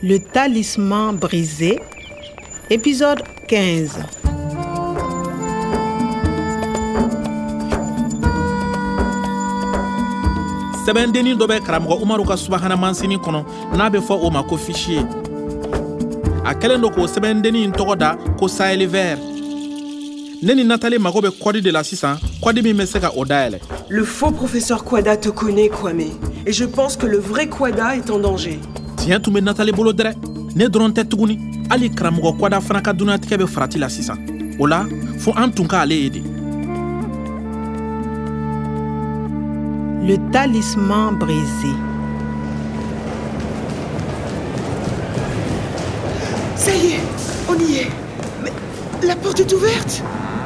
Le talisman brisé, épisode 15. Sɛbɛndenni dɔ bɛ karamɔgɔ Umaru ka subahana mansini kɔnɔ n'a bɛ fɔ o ma ko fichier. A kɛlen don k'o sɛbɛndenni in tɔgɔ da ko Sahel vert. Ne ni Nathalie mago bɛ kɔdi de la sisan, kɔdi min bɛ se ka o dayɛlɛ. Le faux professeur Kwada te connaît, Kwame. Et je pense que le vrai Kwada est en danger. Tiɲɛ tun bɛ Nathalie bolo dɛrɛ. Ne dɔrɔn tɛ tuguni. Hali karamɔgɔ Kwada fana ka dunnatigɛ bɛ farati la sisan. O la, fo an tun ka ale ye de. Le talisman brisé. Ça y est, on y est. Mais la porte est ouverte.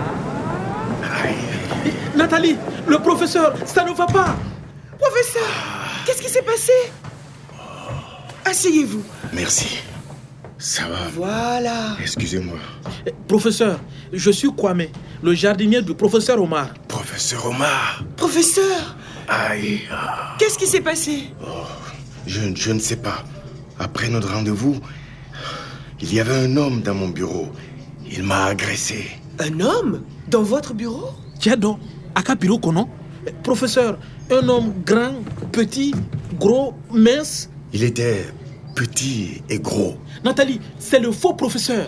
Nathalie, le professeur, ça ne va pas. Professeur, qu'est-ce qui s'est passé? Asseyez-vous. Merci. Ça va. Voilà. Excusez-moi. Professeur, je suis Kwame, le jardinier du professeur Omar. Professeur Omar. Professeur, Aïe. qu'est-ce qui s'est passé? Je ne sais pas. Après notre rendez-vous, il y avait un homme dans mon bureau. Il m'a agressé. Un homme? Dans votre bureau? Tiens à quel bureau qu'on a? Professeur, un homme grand, petit, gros, mince. Il était petit et gros. Nathalie, c'est le faux professeur.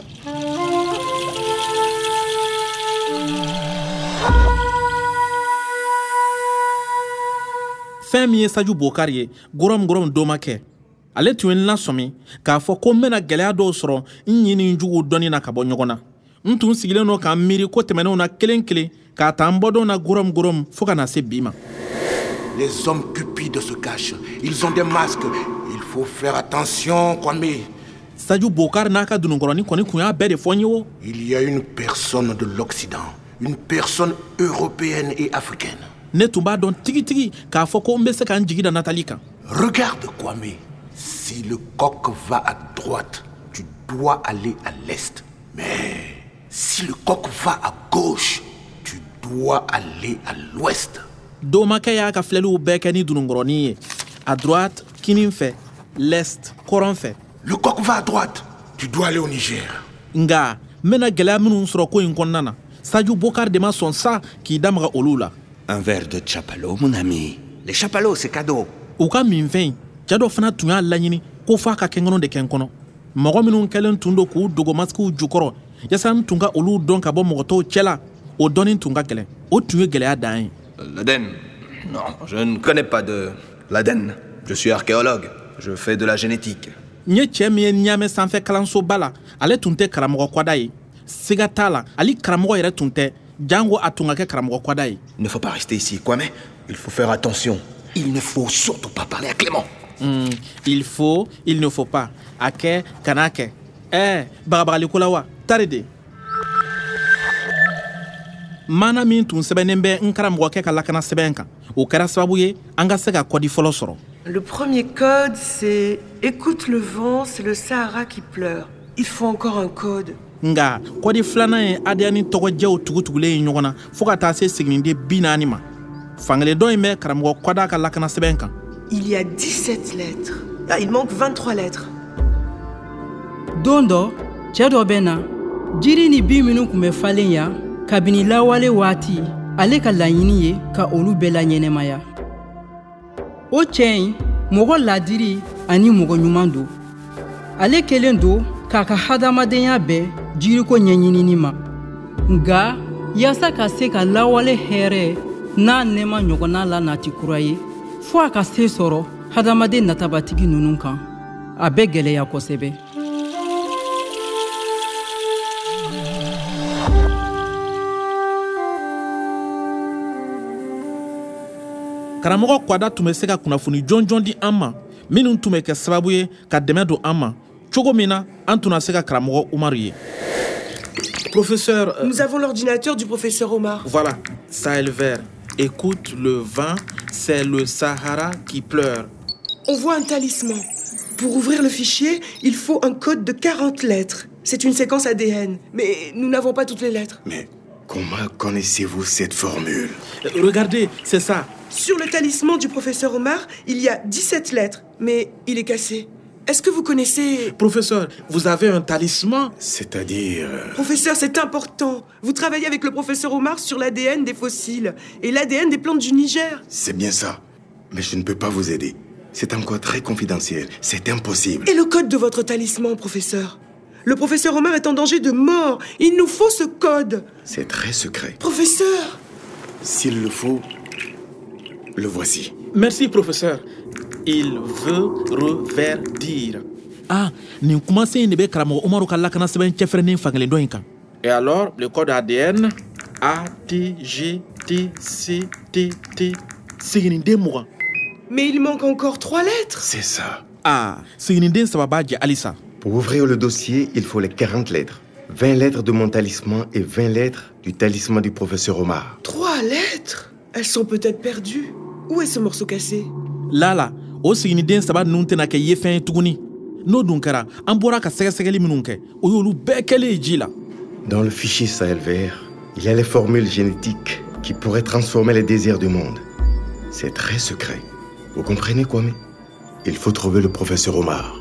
Fɛn min ye Saju Bokari ye gorom doma kɛ ale tun ye n lasɔmi k'a fɔ ko n bɛna gɛlɛya dɔw sɔrɔ n ɲini n jugu dɔnni na ka bɔ ɲɔgɔn na n tun sigilen don k'an miiri ko tɛmɛnenw na kelen kelen k'a ta n bɔdɔw na gorom fo ka na se bi ma. Les hommes cupides se cachent. Ils ont des masques. Il faut faire attention, Kwame. Saju Bokari n'a ka dununkɔrɔni kɔni kun y'a bɛɛ de fɔ n ye o. Il y a une personne de l'Occident, une personne européenne et africaine. Ne tun b'a dɔn tigitigi k'a fɔ ko n bɛ se ka n jigi da Nathalie kan. Regarde, Kwame. Si le coq va à droite, tu dois aller à l'est. Mais si le coq va à gauche, tu dois aller à l'ouest. Domakɛ y'a ka filɛliw bɛɛ kɛ ni dununkɔrɔni ye. À droite, kinin fɛ, l'est, kɔrɔn fɛ. Le coq va à droite, tu dois aller au Niger. Nga, n bɛna gɛlɛya minnu sɔrɔ ko in kɔnɔna na. Saju Bokari de ma sɔn sa k'i damaga olu la. Un verre de chapalo, mon ami. Les chapalos, c'est cadeau. U ka minfɛn cɛ dɔ fana tun y'a laɲini ko f'a ka kɛnkɔnɔ de kɛ n kɔnɔ. Mɔgɔ minnu kɛlen tun don k'u dogo masikiw jukɔrɔ yasa n tun ka olu dɔn ka bɔ mɔgɔ tɔw cɛ la. O dɔnni tun ka gɛlɛn. O tun ye gɛlɛya dan ye. L'Aden? Non, je ne connais pas de l'Aden. Je suis archéologue. Je fais de la génétique. N ye cɛ min ye Niamey sanfɛ kalansoba la ale tun tɛ karamɔgɔ Kwada ye. Siga t'a la hali karamɔgɔ yɛrɛ tun tɛ. Jango a tun ka kɛ karamɔgɔ Kwada ye. Il ne faut pas rester ici, Kwame. Il faut faire attention. Il ne faut surtout pas parler à Clément. Il faut, il ne faut pas. A kɛ, kana kɛ. Bagabagaliko la wa? Tari de. Mana min tun sɛbɛnnen bɛ n karamɔgɔkɛ ka lakana sɛbɛn kan. O kɛra sababu ye an ka se ka kɔdi fɔlɔ sɔrɔ. Le premier code, c'est « Écoute le vent, c'est le Sahara qui pleure ». Il faut encore un code. Nga, kɔdi filanan ye adaya ni tɔgɔjɛw tugutugulen ye ɲɔgɔn na fo ka taa se siginiden 40 ma. Fankelen dɔ in bɛ karamɔgɔ Kwada ka lakana sɛbɛn kan. Il y a 17 lettres. Ah, il manque 23 lettres. Don dɔ cɛ dɔ bɛ na jiri ni bin minnu tun bɛ falen yan kabini lawale waati ale ka laɲini ye ka olu bɛɛ laɲɛnɛmaya. O cɛ in mɔgɔ ladiri ani mɔgɔ ɲuman don. Ale kelen don k'a ka hadamadenya bɛɛ jiriko ɲɛɲinini ma. Nga yaasa ka se ka lawale hɛrɛ n'a nɛɛma ɲɔgɔnna la nati kura ye fo a ka se sɔrɔ hadamaden natabatigi ninnu kan a bɛ gɛlɛya kosɛbɛ. Karamɔgɔ Kwada tun bɛ se ka kunnafoni jɔnjɔn di an ma minnu tun bɛ kɛ sababu ye ka dɛmɛ don an ma cogo min na an tun na se ka karamɔgɔ Umaru ye. Professeur... Nous avons l'ordinateur du professeur Omar. Voilà, Sahel vert. Écoute le vent, c'est le Sahara qui pleure. On voit un talisman. Pour ouvrir le fichier, il faut un code de 40 lettres. C'est une séquence ADN, mais nous n'avons pas toutes les lettres. Mais comment connaissez-vous cette formule? Regardez, c'est ça. Sur le talisman du professeur Omar, il y a 17 lettres, mais il est cassé. Est-ce que vous connaissez... Professeur, vous avez un talisman? C'est-à-dire... Professeur, c'est important. Vous travaillez avec le professeur Omar sur l'ADN des fossiles et l'ADN des plantes du Niger. C'est bien ça. Mais je ne peux pas vous aider. C'est encore très confidentiel. C'est impossible. Et le code de votre talisman, professeur? Le professeur Omar est en danger de mort. Il nous faut ce code. C'est très secret. Professeur! S'il le faut, le voici. Merci, professeur. Il veut reverdir. Ah, ni commencé ne be karamo Omaru ka lakana seben chefrene fangale doinka. Et alors, le code ADN ATGTCTT signinde moura. Mais il manque encore 3 lettres. C'est ça. Ah, signinde sababaji Alissa. Pour ouvrir le dossier, il faut les 40 lettres. 20 lettres de mon talisman et 20 lettres du talisman du professeur Omar. 3 lettres? Elles sont peut-être perdues. Où est ce morceau cassé? Lala, o signinde sabad nunte na ke yefen tuguni. No dunkara, ambora ka segesegeli minunke. O yolu bekele jila. Dans le fichier Sahel vert, il y a les formules génétiques qui pourraient transformer les désirs du monde. C'est très secret. Vous comprenez, Kwame? Il faut trouver le professeur Omar.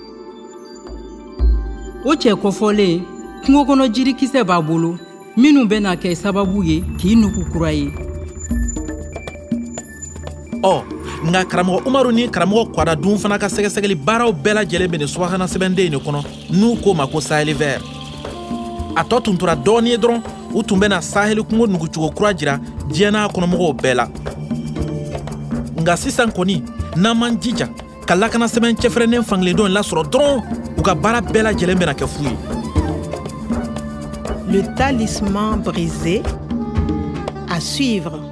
O cɛ kɔfɔlen kungo kɔnɔ jirikisɛ b'a bolo minnu bɛna kɛ sababu ye k'i nugu kura ye. Nga karamɔgɔ Umaru ni karamɔgɔ Kwada dun fana ka sɛgɛsɛgɛli baaraw bɛɛ lajɛlen bɛ nin subahana sɛbɛnden in de kɔnɔ n'u ko ma ko Sahel vert. A tɔ tun tora dɔɔnin ye dɔrɔn u tun bɛna Sahel kungo nugucogo kura jira diɲɛ n'a kɔnɔmɔgɔw bɛɛ la. Nga sisan kɔni n'an man jija ka lakana sɛbɛn cɛfɛrɛnnen fankelen dɔ in lasɔrɔ dɔrɔn u ka baara bɛɛ lajɛlen bɛna kɛ fu ye. Le talisman brisé, à suivre.